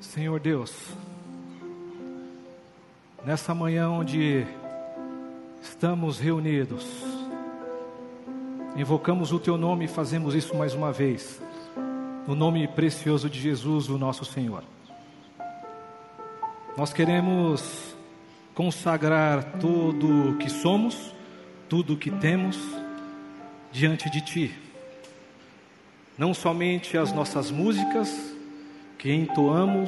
Senhor Deus, nessa manhã onde estamos reunidos, invocamos o Teu nome e fazemos isso mais uma vez, no nome precioso de Jesus, o nosso Senhor. Nós queremos consagrar tudo o que somos, tudo o que temos diante de Ti. Não somente as nossas músicas que entoamos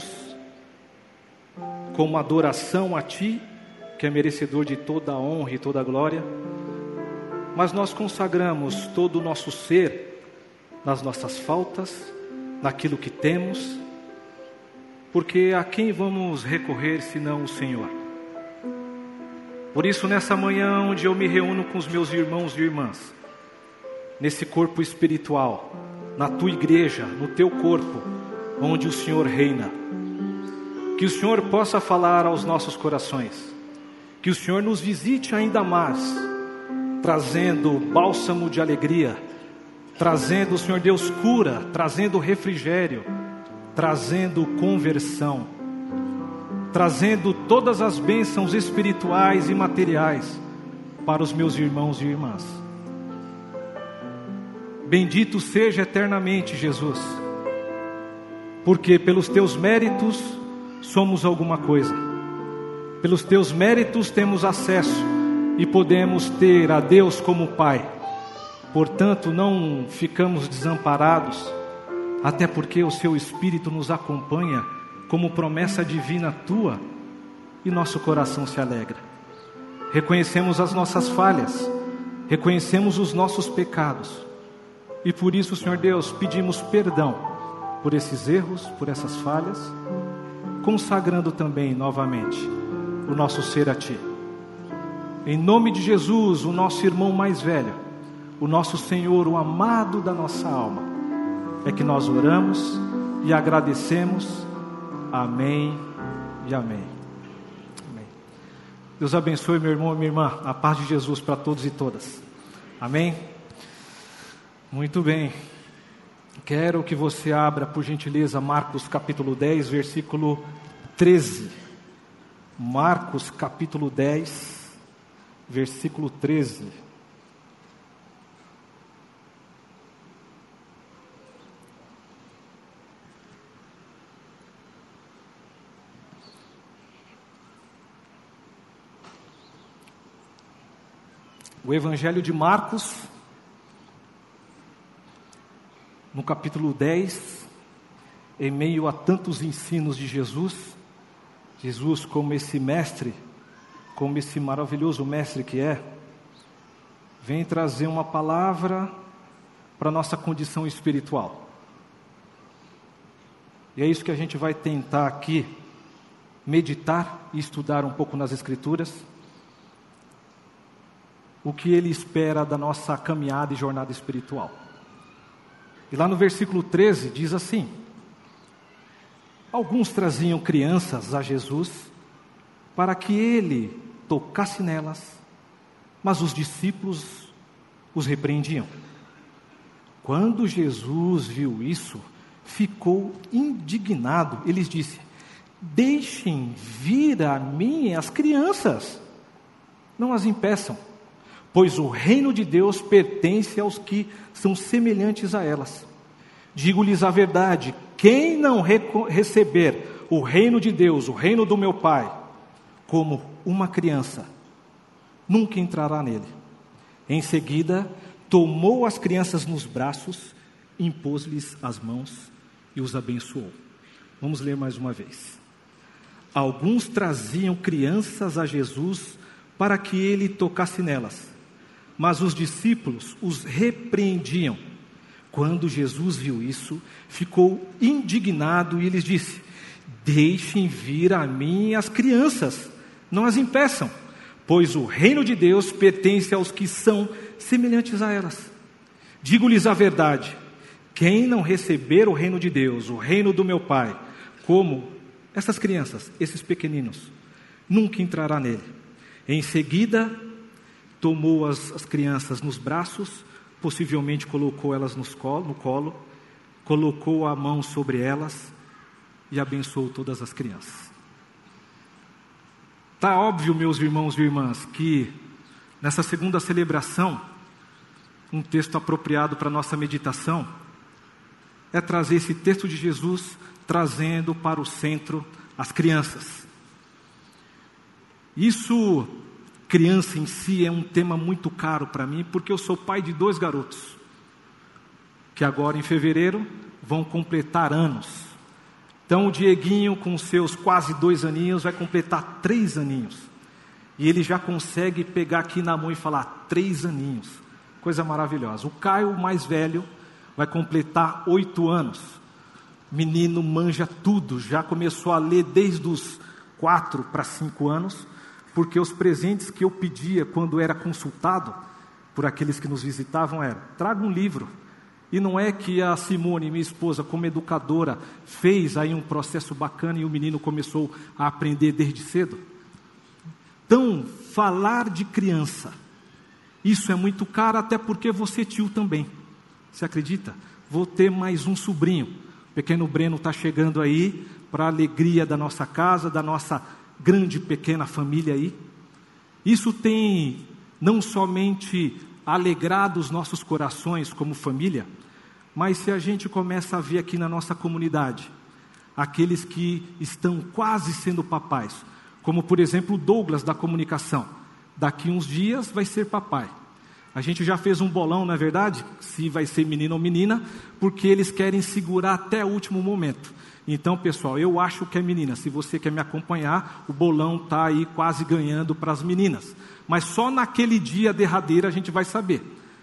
como adoração a Ti, que é merecedor de toda a honra e toda a glória, mas nós consagramos todo o nosso ser nas nossas faltas, naquilo que temos, porque a quem vamos recorrer senão o Senhor? Por isso, nessa manhã onde eu me reúno com os meus irmãos e irmãs, nesse corpo espiritual, na Tua igreja, no Teu corpo, onde o Senhor reina, que o Senhor possa falar aos nossos corações, que o Senhor nos visite ainda mais, trazendo bálsamo de alegria, trazendo, Senhor Deus, cura, trazendo refrigério, trazendo conversão, trazendo todas as bênçãos espirituais e materiais para os meus irmãos e irmãs. Bendito seja eternamente, Jesus, porque pelos Teus méritos somos alguma coisa, pelos Teus méritos temos acesso e podemos ter a Deus como Pai. Portanto, não ficamos desamparados, até porque o Seu Espírito nos acompanha como promessa divina Tua, e nosso coração se alegra. Reconhecemos as nossas falhas, reconhecemos os nossos pecados, e por isso, Senhor Deus, pedimos perdão por esses erros, por essas falhas, consagrando também novamente o nosso ser a Ti. Em nome de Jesus, o nosso irmão mais velho, o nosso Senhor, o amado da nossa alma, é que nós oramos e agradecemos. Amém e amém. Amém. Deus abençoe meu irmão e minha irmã, a paz de Jesus para todos e todas. Amém? Muito bem. Quero que você abra, por gentileza, Marcos capítulo 10, versículo 13. Marcos capítulo 10, versículo 13. O Evangelho de Marcos, no capítulo 10, em meio a tantos ensinos de Jesus, como esse mestre, como esse maravilhoso mestre que é, vem trazer uma palavra para a nossa condição espiritual. E é isso que a gente vai tentar aqui, meditar e estudar um pouco nas Escrituras, o que Ele espera da nossa caminhada e jornada espiritual. E lá no versículo 13 diz assim: alguns traziam crianças a Jesus para que Ele tocasse nelas, mas os discípulos os repreendiam. Quando Jesus viu isso, ficou indignado. Ele lhes disse: deixem vir a mim as crianças, não as impeçam, pois o reino de Deus pertence aos que são semelhantes a elas. Digo-lhes a verdade, quem não receber o reino de Deus, o reino do meu Pai, como uma criança, nunca entrará nele. Em seguida, tomou as crianças nos braços, impôs-lhes as mãos e os abençoou. Vamos ler mais uma vez. Alguns traziam crianças a Jesus para que Ele tocasse nelas, mas os discípulos os repreendiam. Quando Jesus viu isso, ficou indignado e lhes disse: deixem vir a mim as crianças, não as impeçam, pois o reino de Deus pertence aos que são semelhantes a elas. Digo-lhes a verdade, quem não receber o reino de Deus, o reino do meu Pai, como essas crianças, esses pequeninos, nunca entrará nele. Em seguida, tomou as crianças nos braços, possivelmente colocou elas no colo, colocou a mão sobre elas e abençoo todas as crianças. Está óbvio, meus irmãos e irmãs, que nessa segunda celebração, um texto apropriado para a nossa meditação é trazer esse texto de Jesus, trazendo para o centro as crianças. Isso, criança em si, é um tema muito caro para mim, porque eu sou pai de 2 garotos, que agora em fevereiro vão completar anos. Então o Dieguinho, com seus quase 2 aninhos, vai completar 3 aninhos. E ele já consegue pegar aqui na mão e falar 3 aninhos. Coisa maravilhosa. O Caio, o mais velho, vai completar 8 anos. Menino manja tudo, já começou a ler desde os 4 para 5 anos, porque os presentes que eu pedia quando era consultado por aqueles que nos visitavam era: traga um livro. E não é que a Simone, minha esposa, como educadora, fez aí um processo bacana e o menino começou a aprender desde cedo? Então, falar de criança, isso é muito caro, até porque você tio também. Você acredita? Vou ter mais um sobrinho. O pequeno Breno está chegando aí, para a alegria da nossa casa, da nossa grande pequena família aí. Isso tem não somente alegrado os nossos corações como família, mas se a gente começa a ver aqui na nossa comunidade, aqueles que estão quase sendo papais, como por exemplo o Douglas da comunicação, daqui uns dias vai ser papai. A gente já fez um bolão, não é verdade? Se vai ser menino ou menina, porque eles querem segurar até o último momento. Então, pessoal, eu acho que é menina. Se você quer me acompanhar, o bolão está aí quase ganhando para as meninas. Mas só naquele dia derradeiro a gente vai saber.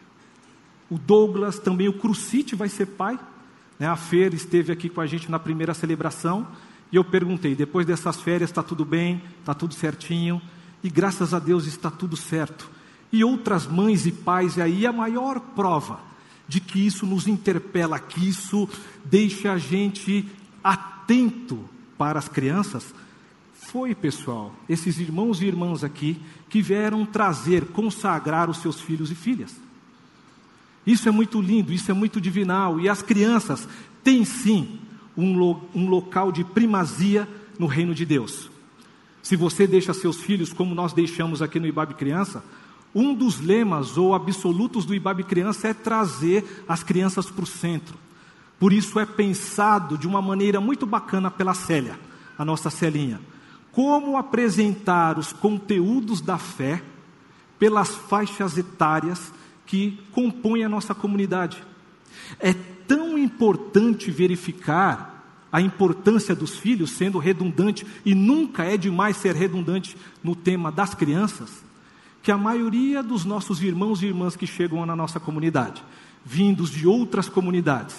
O Douglas, também o Crucite vai ser pai. Né? A Fer esteve aqui com a gente na primeira celebração. E eu perguntei, depois dessas férias está tudo bem? Está tudo certinho? E graças a Deus está tudo certo. E outras mães e pais, e aí a maior prova de que isso nos interpela, que isso deixa a gente atento para as crianças, foi, pessoal, esses irmãos e irmãs aqui que vieram trazer, consagrar os seus filhos e filhas. Isso é muito lindo, isso é muito divinal, e as crianças têm sim um local de primazia no reino de Deus. Se você deixa seus filhos como nós deixamos aqui no IBAB Criança, um dos lemas ou absolutos do IBAB Criança é trazer as crianças para o centro. Por isso é pensado de uma maneira muito bacana pela Célia, a nossa Celinha. Como apresentar os conteúdos da fé pelas faixas etárias que compõem a nossa comunidade. É tão importante verificar a importância dos filhos, sendo redundante, e nunca é demais ser redundante no tema das crianças, que a maioria dos nossos irmãos e irmãs que chegam na nossa comunidade, vindos de outras comunidades,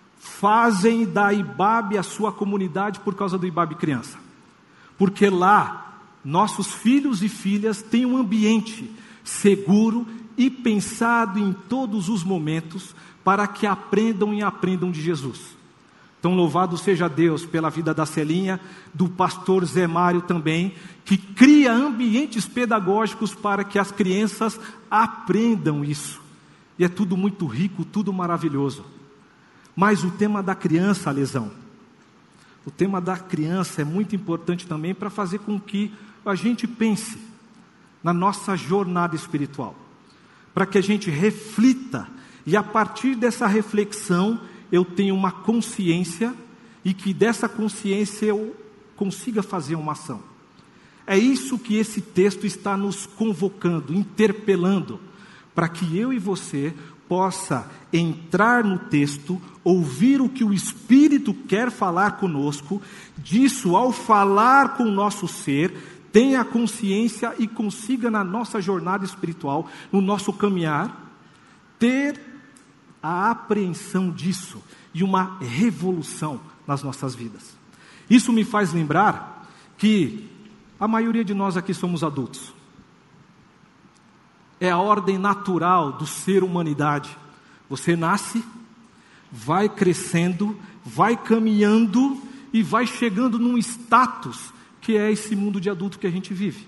fazem da IBAB a sua comunidade por causa do IBAB Criança. Porque lá, nossos filhos e filhas têm um ambiente seguro e pensado em todos os momentos para que aprendam e aprendam de Jesus. Então, louvado seja Deus pela vida da Celinha, do pastor Zé Mário também, que cria ambientes pedagógicos para que as crianças aprendam isso. E é tudo muito rico, tudo maravilhoso. Mas o tema da criança, Lesão, o tema da criança é muito importante também para fazer com que a gente pense na nossa jornada espiritual, para que a gente reflita, e a partir dessa reflexão eu tenha uma consciência, e que dessa consciência eu consiga fazer uma ação. É isso que esse texto está nos convocando, interpelando, para que eu e você possa entrar no texto, ouvir o que o Espírito quer falar conosco, disso ao falar com o nosso ser, tenha consciência e consiga na nossa jornada espiritual, no nosso caminhar, ter a apreensão disso e uma revolução nas nossas vidas. Isso me faz lembrar que a maioria de nós aqui somos adultos. É a ordem natural do ser humanidade. Você nasce, vai crescendo, vai caminhando e vai chegando num status que é esse mundo de adulto que a gente vive.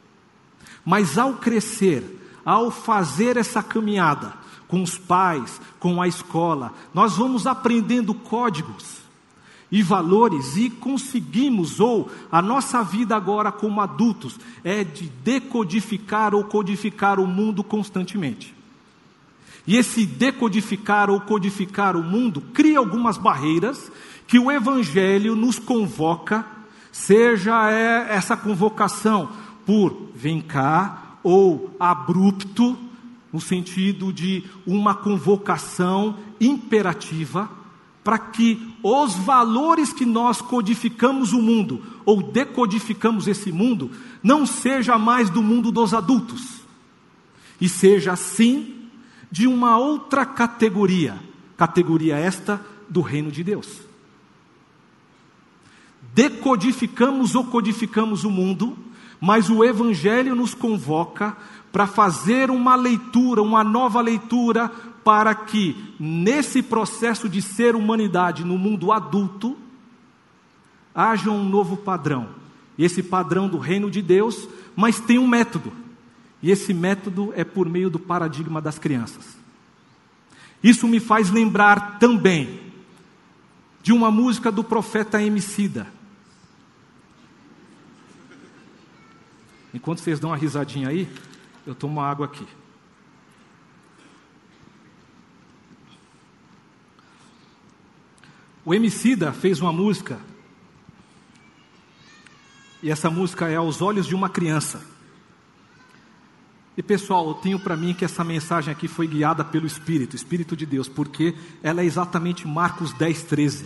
Mas ao crescer, ao fazer essa caminhada com os pais, com a escola, nós vamos aprendendo códigos. e valores e conseguimos, ou a nossa vida agora como adultos, é de decodificar ou codificar o mundo constantemente. E esse decodificar ou codificar o mundo cria algumas barreiras que o Evangelho nos convoca, seja essa convocação por vem cá, ou abrupto, no sentido de uma convocação imperativa, para que os valores que nós codificamos o mundo, ou decodificamos esse mundo, não seja mais do mundo dos adultos, e seja sim de uma outra categoria esta do reino de Deus. Decodificamos ou codificamos o mundo, mas o Evangelho nos convoca para fazer uma leitura, uma nova leitura, para que nesse processo de ser humanidade no mundo adulto, haja um novo padrão. E esse padrão do reino de Deus, mas tem um método. E esse método é por meio do paradigma das crianças. Isso me faz lembrar também de uma música do profeta Emicida. Enquanto vocês dão uma risadinha aí, eu tomo uma água aqui. O Emicida fez uma música, e essa música é Aos Olhos de uma Criança. E pessoal, eu tenho para mim que essa mensagem aqui foi guiada pelo Espírito de Deus, porque ela é exatamente Marcos 10:13,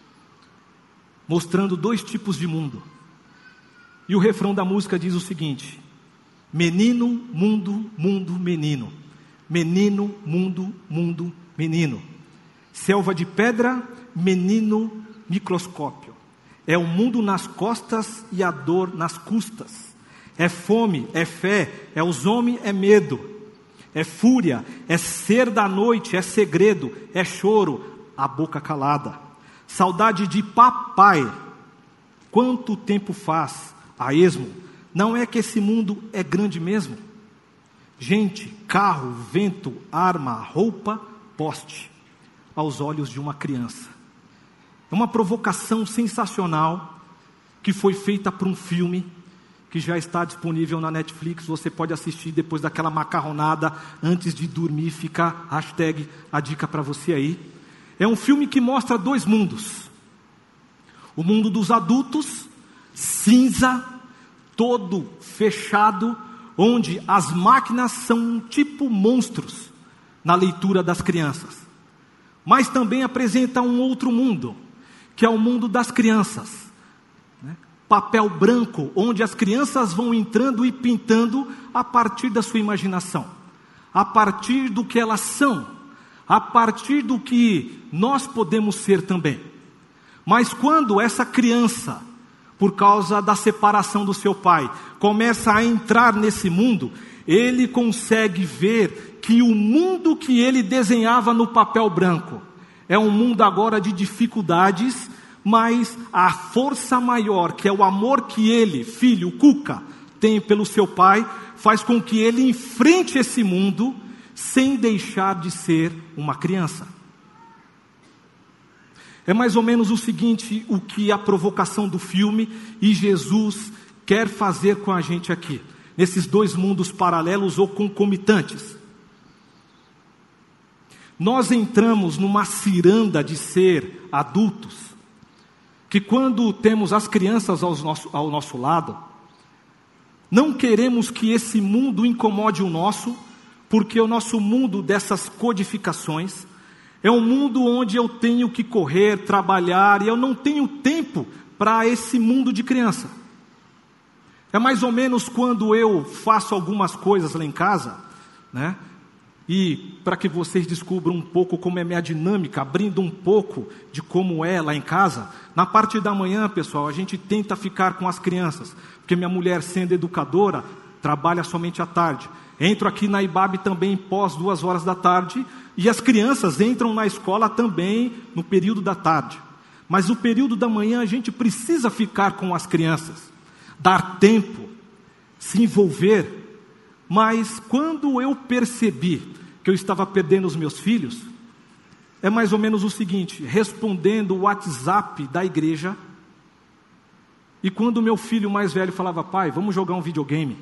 mostrando dois tipos de mundo. E o refrão da música diz o seguinte: menino, mundo, mundo, menino. Menino, mundo, mundo, menino. Selva de pedra, menino, microscópio. É o mundo nas costas e a dor nas custas. É fome, é fé, é os homens, é medo. É fúria, é ser da noite, é segredo, é choro, a boca calada. Saudade de papai. Quanto tempo faz a esmo? Não é que esse mundo é grande mesmo? Gente, carro, vento, arma, roupa, poste, aos olhos de uma criança. É uma provocação sensacional que foi feita para um filme que já está disponível na Netflix. Você pode assistir depois daquela macarronada antes de dormir. Fica a dica para você aí. É um filme que mostra dois mundos. O mundo dos adultos, cinza, todo fechado, onde as máquinas são tipo monstros na leitura das crianças. Mas também apresenta um outro mundo, que é o mundo das crianças. Papel branco, onde as crianças vão entrando e pintando a partir da sua imaginação, a partir do que elas são, a partir do que nós podemos ser também. Mas quando essa criança, por causa da separação do seu pai, começa a entrar nesse mundo, ele consegue ver que o mundo que ele desenhava no papel branco é um mundo agora de dificuldades, mas a força maior, que é o amor que ele, filho, Cuca, tem pelo seu pai, faz com que ele enfrente esse mundo sem deixar de ser uma criança. É mais ou menos o seguinte, o que a provocação do filme e Jesus quer fazer com a gente aqui, nesses dois mundos paralelos ou concomitantes. Nós entramos numa ciranda de ser adultos, que quando temos as crianças ao nosso lado, não queremos que esse mundo incomode o nosso, porque o nosso mundo dessas codificações é um mundo onde eu tenho que correr, trabalhar, e eu não tenho tempo para esse mundo de criança. É mais ou menos quando eu faço algumas coisas lá em casa, né? E para que vocês descubram um pouco como é minha dinâmica, abrindo um pouco de como é lá em casa, na parte da manhã, pessoal, a gente tenta ficar com as crianças, porque minha mulher, sendo educadora, trabalha somente à tarde. Entro aqui na IBAB também pós 2 da tarde, e as crianças entram na escola também no período da tarde. Mas no período da manhã a gente precisa ficar com as crianças, dar tempo, se envolver. Mas quando eu percebi que eu estava perdendo os meus filhos, é mais ou menos o seguinte: respondendo o WhatsApp da igreja, e quando meu filho mais velho falava: pai, vamos jogar um videogame,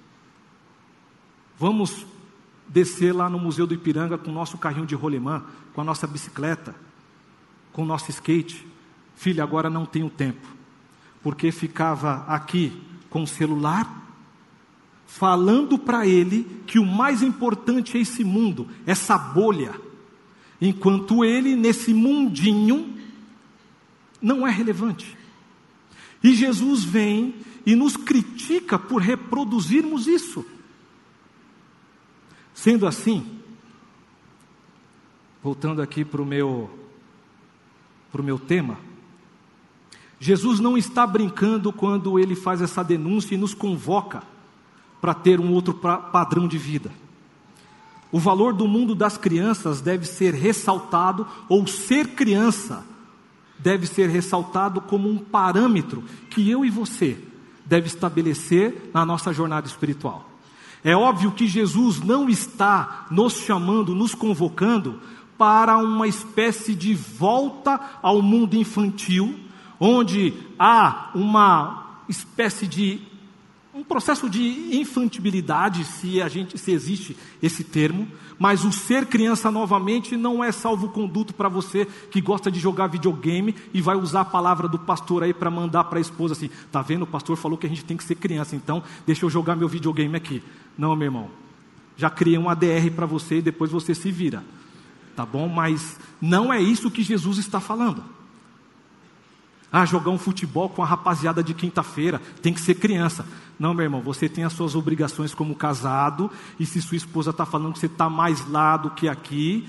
vamos descer lá no Museu do Ipiranga com o nosso carrinho de rolemã, com a nossa bicicleta, com o nosso skate. Filho, agora não tenho tempo, porque ficava aqui com o celular, falando para ele que o mais importante é esse mundo, essa bolha, enquanto ele, nesse mundinho, não é relevante. E Jesus vem e nos critica por reproduzirmos isso. Sendo assim, voltando aqui para o meu tema, Jesus não está brincando quando ele faz essa denúncia e nos convoca para ter um outro padrão de vida. O valor do mundo das crianças deve ser ressaltado, ou ser criança deve ser ressaltado como um parâmetro que eu e você deve estabelecer na nossa jornada espiritual. É óbvio que Jesus não está nos chamando, nos convocando para uma espécie de volta ao mundo infantil, onde há uma espécie de um processo de infantilidade, se existe esse termo, mas o ser criança novamente não é salvo-conduto para você que gosta de jogar videogame e vai usar a palavra do pastor aí para mandar para a esposa assim: tá vendo, o pastor falou que a gente tem que ser criança, então deixa eu jogar meu videogame aqui. Não, meu irmão, já criei um ADR para você e depois você se vira, tá bom? Mas não é isso que Jesus está falando. Jogar um futebol com a rapaziada de quinta-feira, tem que ser criança. Não, meu irmão, você tem as suas obrigações como casado, e se sua esposa está falando que você está mais lá do que aqui,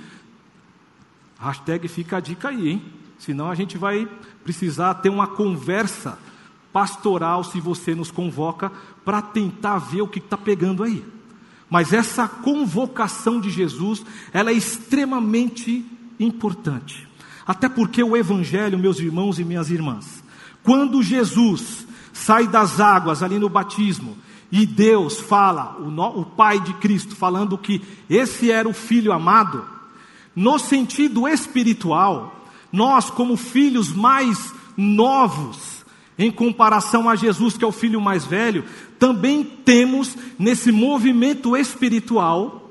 hashtag fica a dica aí, hein? Senão a gente vai precisar ter uma conversa pastoral, se você nos convoca, para tentar ver o que está pegando aí. Mas essa convocação de Jesus, ela é extremamente importante. Até porque o Evangelho, meus irmãos e minhas irmãs, quando Jesus sai das águas ali no batismo, e Deus fala, o Pai de Cristo, falando que esse era o Filho amado, no sentido espiritual, nós como filhos mais novos, em comparação a Jesus, que é o filho mais velho, também temos nesse movimento espiritual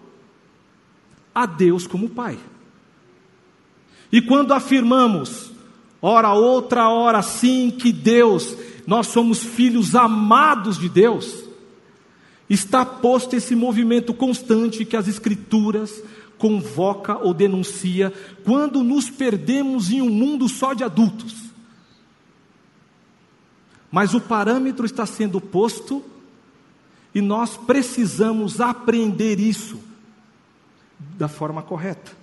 a Deus como Pai. E quando afirmamos, ora outra, ora sim, que Deus, nós somos filhos amados de Deus, está posto esse movimento constante que as Escrituras convoca ou denuncia quando nos perdemos em um mundo só de adultos. Mas o parâmetro está sendo posto e nós precisamos aprender isso da forma correta.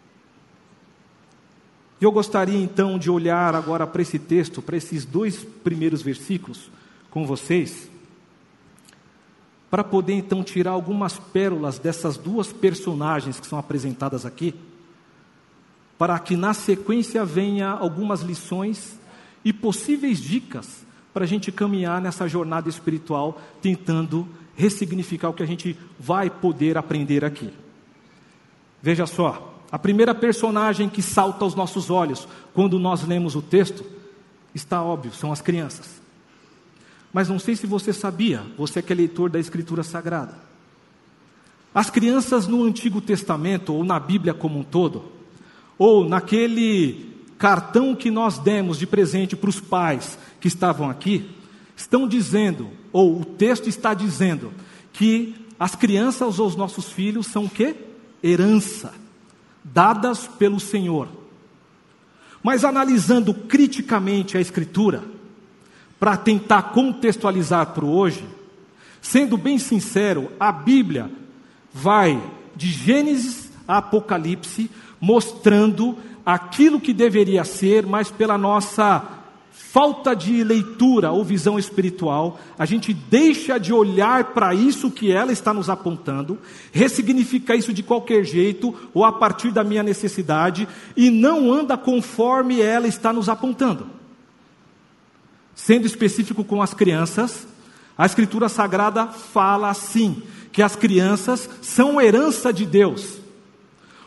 Eu gostaria então de olhar agora para esse texto, para esses 2 primeiros versículos com vocês, para poder então tirar algumas pérolas dessas 2 personagens que são apresentadas aqui, para que na sequência venha algumas lições e possíveis dicas para a gente caminhar nessa jornada espiritual, tentando ressignificar o que a gente vai poder aprender aqui. Veja só. A primeira personagem que salta aos nossos olhos quando nós lemos o texto, está óbvio, são as crianças. Mas não sei se você sabia, você que é leitor da Escritura Sagrada, as crianças no Antigo Testamento, ou na Bíblia como um todo, ou naquele cartão que nós demos de presente para os pais que estavam aqui, estão dizendo, ou o texto está dizendo, que as crianças ou os nossos filhos são o quê? Herança, dadas pelo Senhor. Mas analisando criticamente a Escritura, para tentar contextualizar para o hoje, sendo bem sincero, a Bíblia vai de Gênesis a Apocalipse, mostrando aquilo que deveria ser, mas pela nossa falta de leitura ou visão espiritual, a gente deixa de olhar para isso que ela está nos apontando, ressignifica isso de qualquer jeito, ou a partir da minha necessidade, e não anda conforme ela está nos apontando. Sendo específico com as crianças, a Escritura Sagrada fala assim, que as crianças são herança de Deus.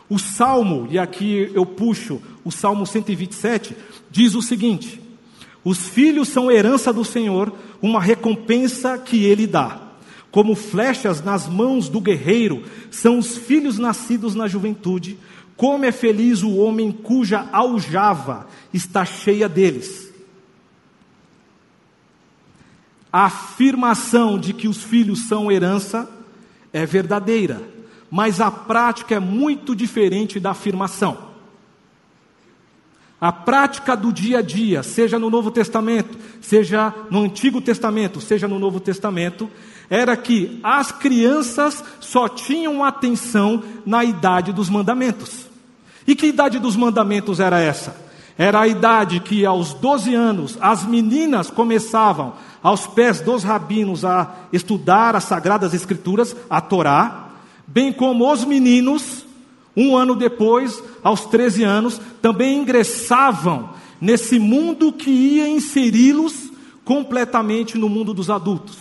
O Salmo, e aqui eu puxo o Salmo 127, diz o seguinte: os filhos são herança do Senhor, uma recompensa que Ele dá. Como flechas nas mãos do guerreiro, são os filhos nascidos na juventude. Como é feliz o homem cuja aljava está cheia deles. A afirmação de que os filhos são herança é verdadeira, mas a prática é muito diferente da afirmação. A prática do dia a dia, seja no Novo Testamento, seja no Antigo Testamento, seja no Novo Testamento, era que as crianças só tinham atenção na idade dos mandamentos. E que idade dos mandamentos era essa? Era a idade que aos 12 anos as meninas começavam aos pés dos rabinos a estudar as Sagradas Escrituras, a Torá, bem como os meninos, um ano depois, aos 13 anos, também ingressavam nesse mundo que ia inseri-los completamente no mundo dos adultos.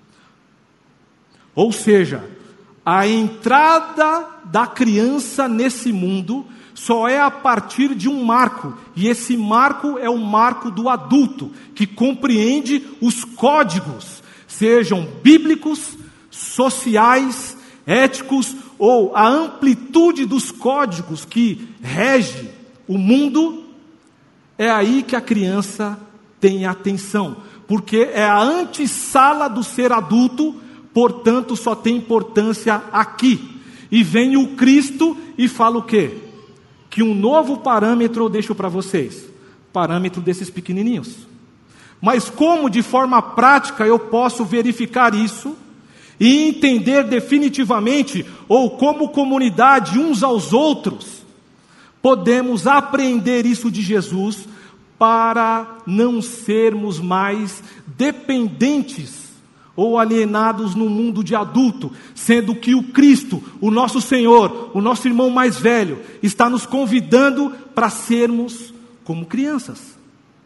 Ou seja, a entrada da criança nesse mundo só é a partir de um marco, e esse marco é o marco do adulto, que compreende os códigos, sejam bíblicos, sociais, éticos, ou a amplitude dos códigos que rege o mundo. É aí que a criança tem atenção, porque é a antessala do ser adulto, portanto só tem importância aqui. E vem o Cristo e fala o quê? Que um novo parâmetro eu deixo para vocês, parâmetro desses pequenininhos. Mas como de forma prática eu posso verificar isso e entender definitivamente, ou como comunidade uns aos outros, podemos aprender isso de Jesus para não sermos mais dependentes ou alienados no mundo de adulto, sendo que o Cristo, o nosso Senhor, o nosso irmão mais velho, está nos convidando para sermos como crianças.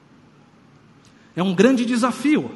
É um grande desafio.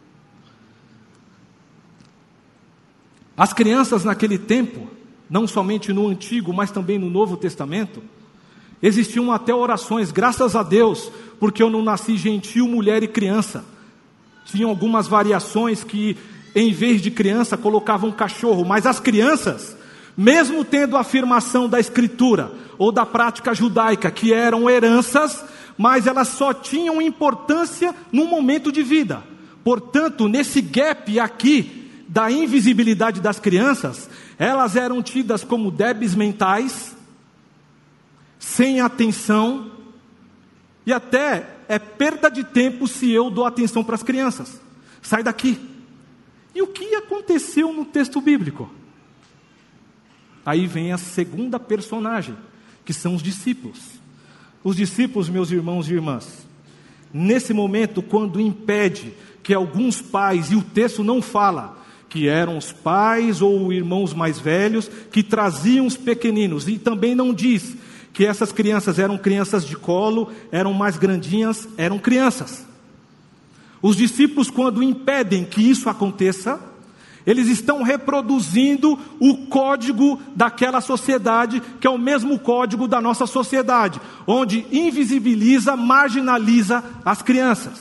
As crianças naquele tempo, não somente no Antigo, mas também no Novo Testamento, existiam até orações, graças a Deus, porque eu não nasci gentil, mulher e criança. Tinham algumas variações que, em vez de criança, colocavam cachorro. Mas as crianças, mesmo tendo a afirmação da Escritura ou da prática judaica, que eram heranças, mas elas só tinham importância num momento de vida. Portanto, nesse gap aqui, da invisibilidade das crianças, elas eram tidas como débeis mentais, sem atenção, e até é perda de tempo se eu dou atenção para as crianças. Sai daqui. E o que aconteceu no texto bíblico? Aí vem a segunda personagem, que são os discípulos. Os discípulos, meus irmãos e irmãs, nesse momento, quando impede que alguns pais, e o texto não fala que eram os pais ou irmãos mais velhos, que traziam os pequeninos, e também não diz que essas crianças eram crianças de colo, eram mais grandinhas, eram crianças. Os discípulos, quando impedem que isso aconteça, eles estão reproduzindo o código daquela sociedade, que é o mesmo código da nossa sociedade, onde invisibiliza, marginaliza as crianças.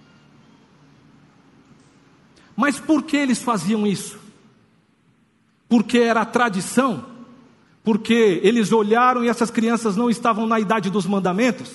Mas por que eles faziam isso? Porque era tradição? Porque eles olharam e essas crianças não estavam na idade dos mandamentos?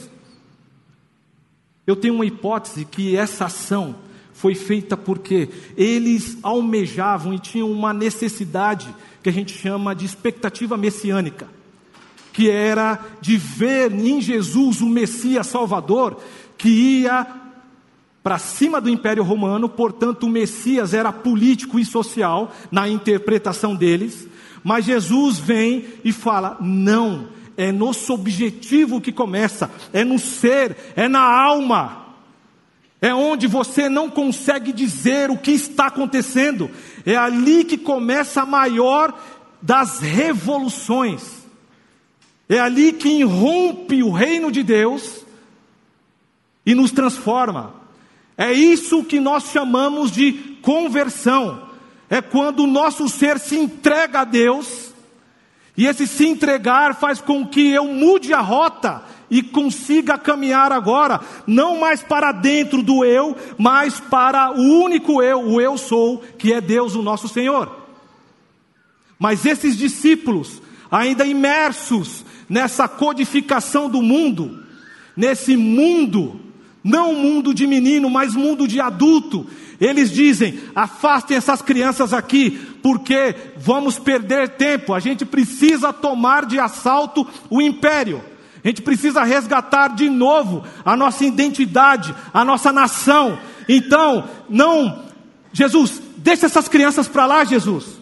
Eu tenho uma hipótese que essa ação foi feita porque eles almejavam e tinham uma necessidade que a gente chama de expectativa messiânica, que era de ver em Jesus o Messias Salvador, que ia para cima do Império Romano. Portanto, o Messias era político e social na interpretação deles, mas Jesus vem e fala: não, é nosso objetivo que começa, é no ser, é na alma, é onde você não consegue dizer o que está acontecendo, é ali que começa a maior das revoluções, é ali que irrompe o reino de Deus e nos transforma. É isso que nós chamamos de conversão. É quando o nosso ser se entrega a Deus E esse se entregar faz com que eu mude a rota e consiga caminhar agora, não mais para dentro do eu, mas para o único eu, o eu sou, que é Deus, o nosso Senhor. Mas esses discípulos, ainda imersos nessa codificação do mundo, nesse mundo, não mundo de menino, mas mundo de adulto, eles dizem: afastem essas crianças aqui, porque vamos perder tempo, a gente precisa tomar de assalto o império, a gente precisa resgatar de novo a nossa identidade, a nossa nação. Então, não, Jesus, deixa essas crianças para lá, Jesus.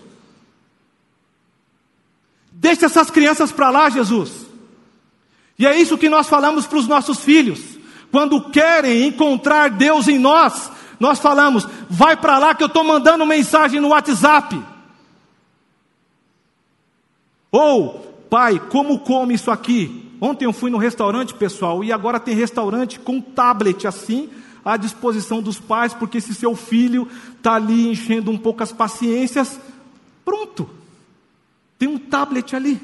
Deixa essas crianças para lá, Jesus. E é isso que nós falamos para os nossos filhos. Quando querem encontrar Deus em nós, nós falamos: vai para lá que eu estou mandando mensagem no WhatsApp. Ou, pai, como come isso aqui? Ontem eu fui no restaurante, pessoal, e agora tem restaurante com tablet assim, à disposição dos pais, porque se seu filho está ali enchendo um pouco as paciências, pronto, tem um tablet ali.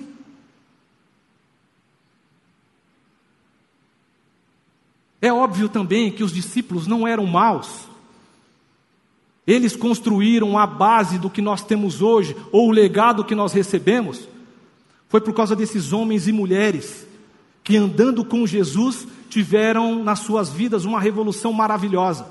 É óbvio também que os discípulos não eram maus. Eles construíram a base do que nós temos hoje, ou o legado que nós recebemos. Foi por causa desses homens e mulheres que, andando com Jesus, tiveram nas suas vidas uma revolução maravilhosa.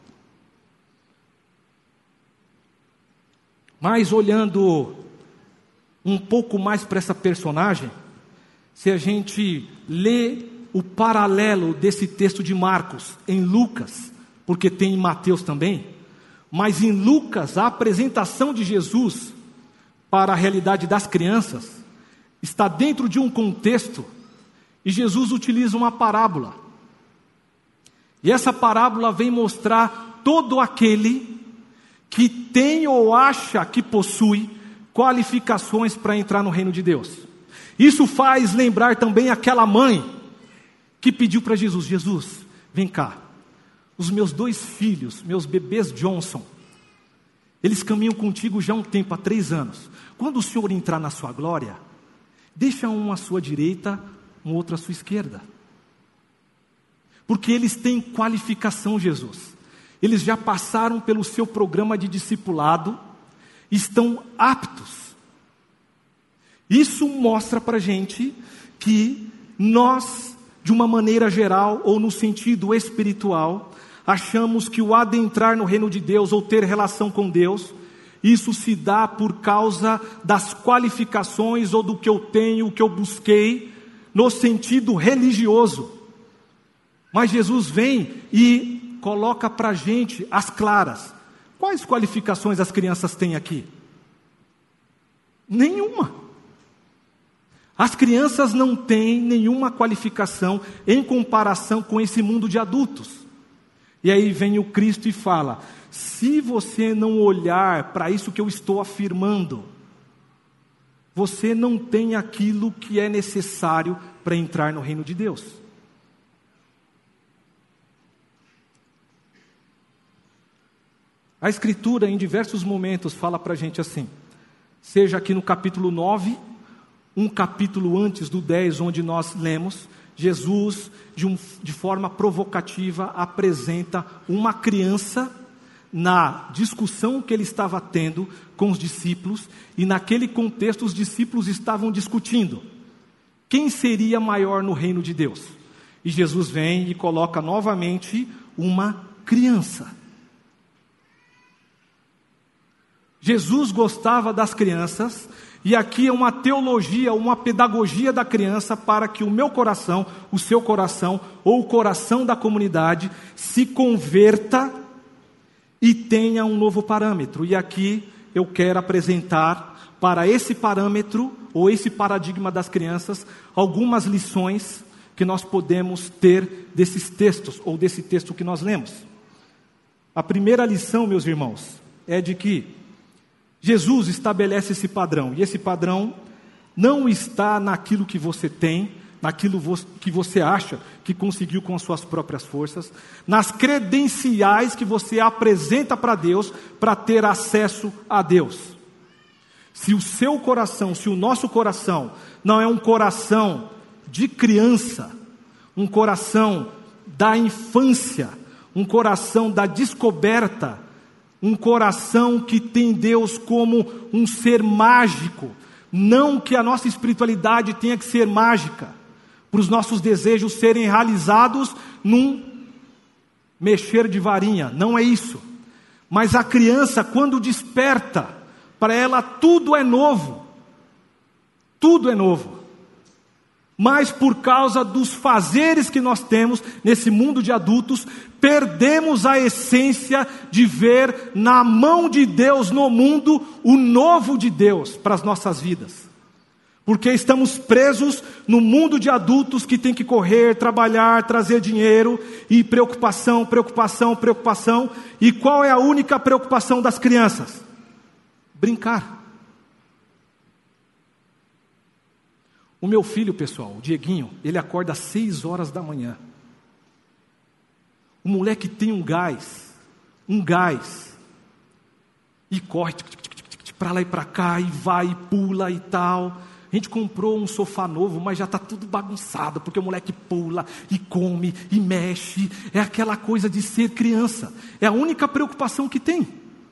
Mas olhando um pouco mais para essa personagem, se a gente lê o paralelo desse texto de Marcos em Lucas, porque tem em Mateus também, mas em Lucas a apresentação de Jesus para a realidade das crianças está dentro de um contexto, e Jesus utiliza uma parábola. E essa parábola vem mostrar todo aquele que tem ou acha que possui qualificações para entrar no reino de Deus. Isso faz lembrar também aquela mãe que pediu para Jesus: Jesus, vem cá, os meus 2 filhos, meus bebês Johnson, eles caminham contigo já há um tempo, há 3 anos. Quando o Senhor entrar na sua glória, deixa um à sua direita, um outro à sua esquerda. Porque eles têm qualificação, Jesus. Eles já passaram pelo seu programa de discipulado, estão aptos. Isso mostra para a gente que nós, de uma maneira geral, ou no sentido espiritual, achamos que o adentrar no reino de Deus, ou ter relação com Deus, isso se dá por causa das qualificações, ou do que eu tenho, o que eu busquei, no sentido religioso. Mas Jesus vem e coloca para a gente as claras. Quais qualificações as crianças têm aqui? Nenhuma. As crianças não têm nenhuma qualificação em comparação com esse mundo de adultos. E aí vem o Cristo e fala: se você não olhar para isso que eu estou afirmando, você não tem aquilo que é necessário para entrar no reino de Deus. A Escritura, em diversos momentos, fala para a gente assim, seja aqui no capítulo 9, um capítulo antes do 10, onde nós lemos, Jesus, de forma provocativa, apresenta uma criança na discussão que ele estava tendo com os discípulos, e naquele contexto os discípulos estavam discutindo quem seria maior no reino de Deus. E Jesus vem e coloca novamente uma criança. Jesus gostava das crianças, e aqui é uma teologia, uma pedagogia da criança para que o meu coração, o seu coração, ou o coração da comunidade se converta e tenha um novo parâmetro. E aqui eu quero apresentar para esse parâmetro, ou esse paradigma das crianças, algumas lições que nós podemos ter desses textos, ou desse texto que nós lemos. A primeira lição, meus irmãos, é de que Jesus estabelece esse padrão, e esse padrão não está naquilo que você tem, naquilo que você acha que conseguiu com as suas próprias forças, nas credenciais que você apresenta para Deus, para ter acesso a Deus. Se o seu coração, se o nosso coração não é um coração de criança, um coração da infância, um coração da descoberta, um coração que tem Deus como um ser mágico, não que a nossa espiritualidade tenha que ser mágica, para os nossos desejos serem realizados num mexer de varinha, não é isso. Mas a criança, quando desperta, para ela tudo é novo. Tudo é novo. Mas por causa dos fazeres que nós temos nesse mundo de adultos, perdemos a essência de ver na mão de Deus no mundo o novo de Deus para as nossas vidas. Porque estamos presos no mundo de adultos que tem que correr, trabalhar, trazer dinheiro e preocupação, preocupação, preocupação. E qual é a única preocupação das crianças? Brincar. O meu filho, pessoal, o Dieguinho, ele acorda às 6 horas da manhã. O moleque tem um gás, e corre para lá e para cá, e vai, e pula e tal. A gente comprou um sofá novo, mas já está tudo bagunçado, porque o moleque pula, e come, e mexe. É aquela coisa de ser criança. É a única preocupação que tem.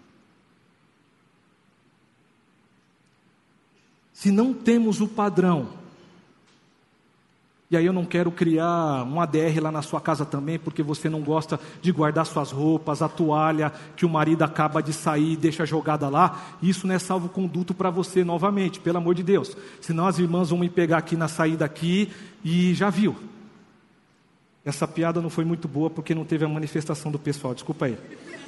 Se não temos o padrão, e aí eu não quero criar um ADR lá na sua casa também, porque você não gosta de guardar suas roupas, a toalha que o marido acaba de sair e deixa jogada lá, isso não é salvo-conduto para você novamente, pelo amor de Deus. Senão as irmãs vão me pegar aqui na saída aqui e já viu. Essa piada não foi muito boa porque não teve a manifestação do pessoal, desculpa aí.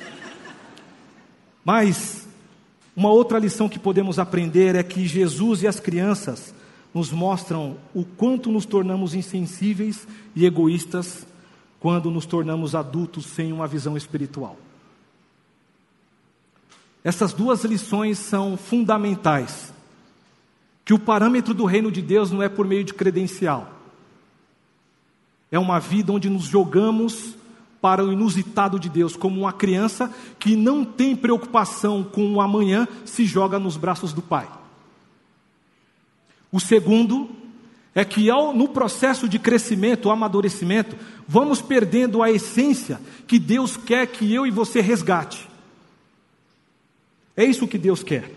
Mas uma outra lição que podemos aprender é que Jesus e as crianças nos mostram o quanto nos tornamos insensíveis e egoístas quando nos tornamos adultos sem uma visão espiritual. Essas duas lições são fundamentais. Que o parâmetro do reino de Deus não é por meio de credencial. É uma vida onde nos jogamos para o inusitado de Deus, como uma criança que não tem preocupação com o amanhã, se joga nos braços do pai. O segundo é que no processo de crescimento, amadurecimento, vamos perdendo a essência que Deus quer que eu e você resgate. É isso que Deus quer.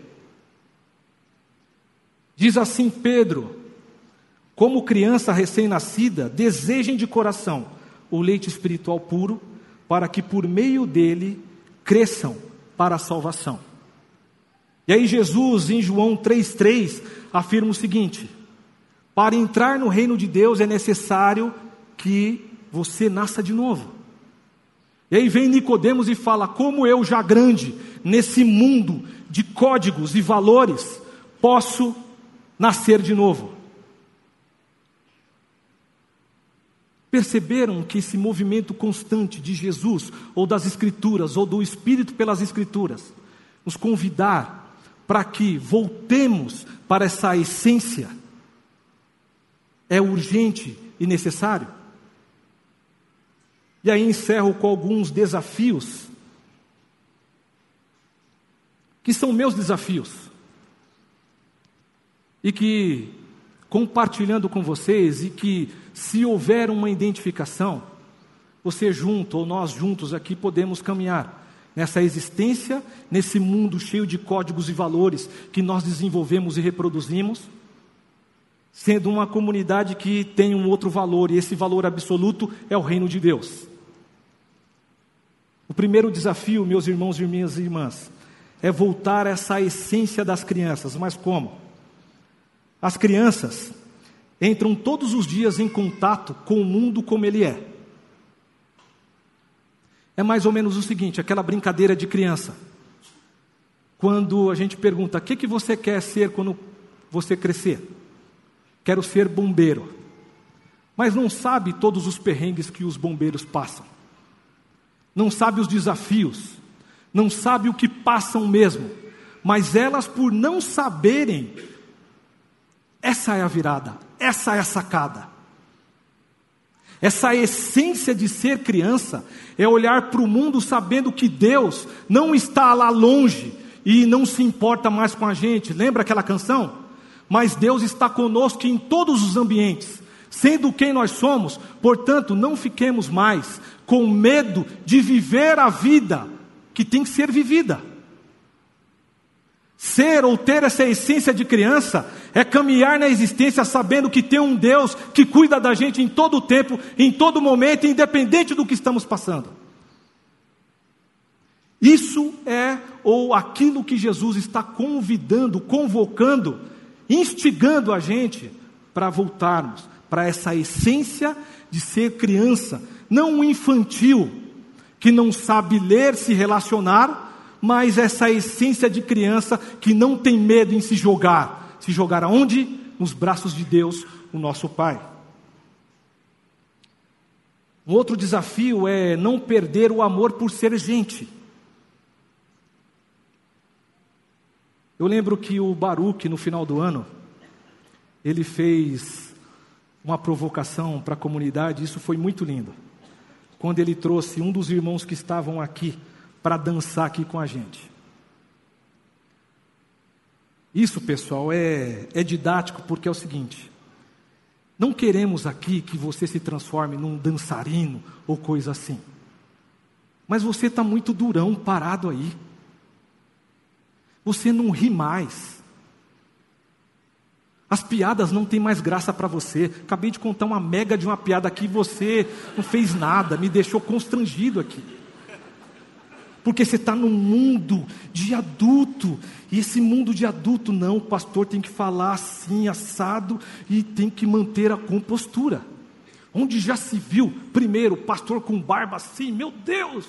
Diz assim Pedro: como criança recém-nascida, desejem de coração o leite espiritual puro, para que por meio dele cresçam para a salvação. E aí Jesus, em João 3,3, afirma o seguinte: para entrar no reino de Deus é necessário que você nasça de novo. E aí vem Nicodemos e fala: como eu já grande, nesse mundo de códigos e valores, posso nascer de novo? Perceberam que esse movimento constante de Jesus, ou das Escrituras, ou do Espírito pelas Escrituras, nos convidar para que voltemos para essa essência, é urgente e necessário? E aí encerro com alguns desafios, que são meus desafios, e que, compartilhando com vocês, e que se houver uma identificação, você junto ou nós juntos aqui podemos caminhar nessa existência, nesse mundo cheio de códigos e valores que nós desenvolvemos e reproduzimos, sendo uma comunidade que tem um outro valor, e esse valor absoluto é o reino de Deus. O primeiro desafio, meus irmãos e minhas irmãs, é voltar a essa essência das crianças. Mas como? As crianças entram todos os dias em contato com o mundo como ele é. É mais ou menos o seguinte, aquela brincadeira de criança. Quando a gente pergunta: o que você quer ser quando você crescer? Quero ser bombeiro. Mas não sabe todos os perrengues que os bombeiros passam. Não sabe os desafios. Não sabe o que passam mesmo. Mas elas, por não saberem, essa é a virada, essa é a sacada. Essa essência de ser criança é olhar para o mundo sabendo que Deus não está lá longe e não se importa mais com a gente. Lembra aquela canção? Mas Deus está conosco em todos os ambientes, sendo quem nós somos. Portanto, não fiquemos mais com medo de viver a vida que tem que ser vivida. Ser ou ter essa essência de criança é caminhar na existência sabendo que tem um Deus que cuida da gente em todo o tempo, em todo momento, independente do que estamos passando. Isso é ou aquilo que Jesus está convidando, convocando, instigando a gente para voltarmos para essa essência de ser criança, não um infantil que não sabe ler, se relacionar, mas essa essência de criança que não tem medo em se jogar. Se jogar aonde? Nos braços de Deus, o nosso Pai. Um outro desafio é não perder o amor por ser gente. Eu lembro que o Baruch, no final do ano, ele fez uma provocação para a comunidade, isso foi muito lindo. Quando ele trouxe um dos irmãos que estavam aqui para dançar aqui com a gente. Isso, pessoal, é didático porque é o seguinte: não queremos aqui que você se transforme num dançarino ou coisa assim. Mas você está muito durão, parado aí. Você não ri mais. As piadas não têm mais graça para você. Acabei de contar uma mega de uma piada aqui e você não fez nada, me deixou constrangido aqui. Porque você está num mundo de adulto, e esse mundo de adulto não, o pastor tem que falar assim, assado, e tem que manter a compostura. Onde já se viu, primeiro, o pastor com barba assim, meu Deus!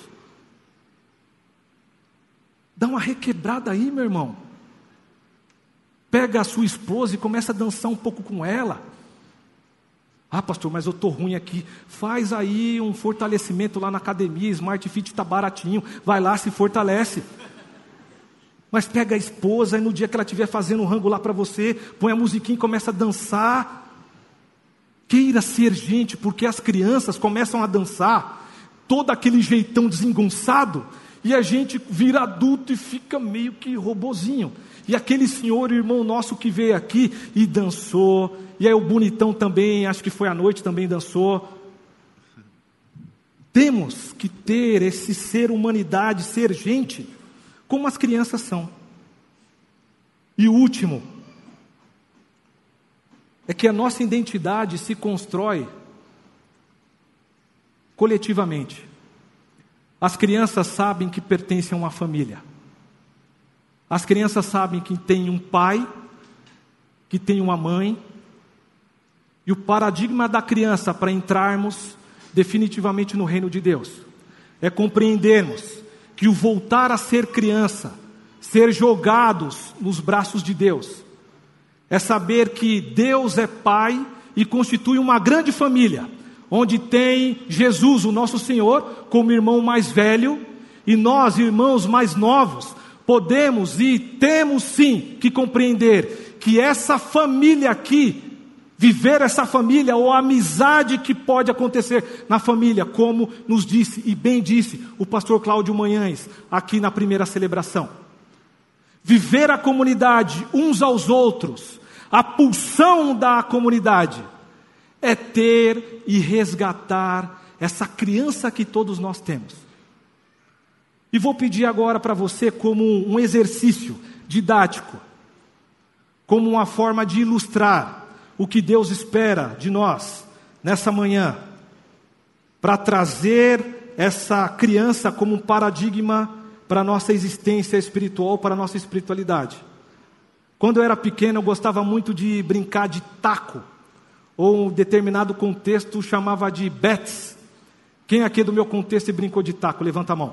Dá uma requebrada aí, meu irmão. Pega a sua esposa e começa a dançar um pouco com ela. Ah, pastor, mas eu estou ruim aqui. Faz aí um fortalecimento lá na academia, Smart Fit está baratinho. Vai lá, se fortalece. Mas pega a esposa e no dia que ela estiver fazendo um rango lá para você, põe a musiquinha e começa a dançar. Queira ser gente, porque as crianças começam a dançar, todo aquele jeitão desengonçado, e a gente vira adulto e fica meio que robozinho. E aquele senhor, irmão nosso que veio aqui e dançou, e aí o bonitão também, acho que foi à noite, também dançou. Temos que ter esse ser humanidade, ser gente, como as crianças são. E o último, é que a nossa identidade se constrói coletivamente. As crianças sabem que pertencem a uma família. As crianças sabem que tem um pai, que tem uma mãe. E o paradigma da criança para entrarmos definitivamente no reino de Deus é compreendermos que o voltar a ser criança, ser jogados nos braços de Deus, é saber que Deus é Pai e constitui uma grande família, onde tem Jesus, o nosso Senhor, como irmão mais velho, e nós, irmãos mais novos, podemos e temos sim que compreender que essa família aqui, viver essa família ou a amizade que pode acontecer na família, como nos disse e bem disse o pastor Cláudio Manhães, aqui na primeira celebração. Viver a comunidade uns aos outros, a pulsão da comunidade, é ter e resgatar essa criança que todos nós temos. E vou pedir agora para você, como um exercício didático, como uma forma de ilustrar o que Deus espera de nós nessa manhã, para trazer essa criança como um paradigma para a nossa existência espiritual, para a nossa espiritualidade. Quando eu era pequeno, eu gostava muito de brincar de taco, ou em determinado contexto chamava de bets. Quem aqui do meu contexto brincou de taco? Levanta a mão.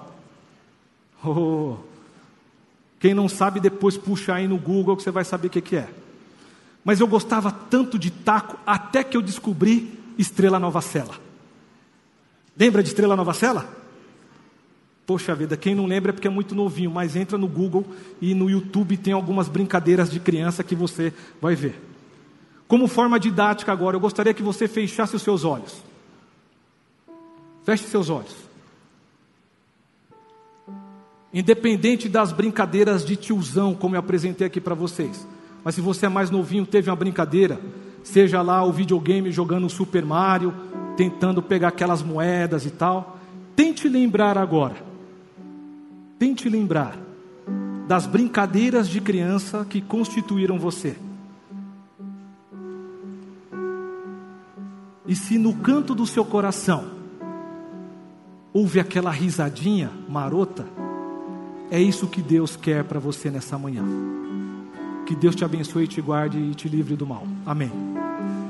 Oh. Quem não sabe, depois puxa aí no Google que você vai saber o que é. Mas eu gostava tanto de taco, até que eu descobri Estrela Nova Sela. Lembra de Estrela Nova Sela? Poxa vida, quem não lembra é porque é muito novinho, mas entra no Google e no YouTube tem algumas brincadeiras de criança que você vai ver. Como forma didática agora, eu gostaria que você fechasse os seus olhos. Feche seus olhos. Independente das brincadeiras de tiozão, como eu apresentei aqui para vocês. Mas se você é mais novinho, teve uma brincadeira, seja lá o videogame jogando Super Mario, tentando pegar aquelas moedas e tal. Tente lembrar agora. Tente lembrar das brincadeiras de criança que constituíram você. E se no canto do seu coração houve aquela risadinha marota, é isso que Deus quer para você nessa manhã. Que Deus te abençoe, te guarde e te livre do mal. Amém.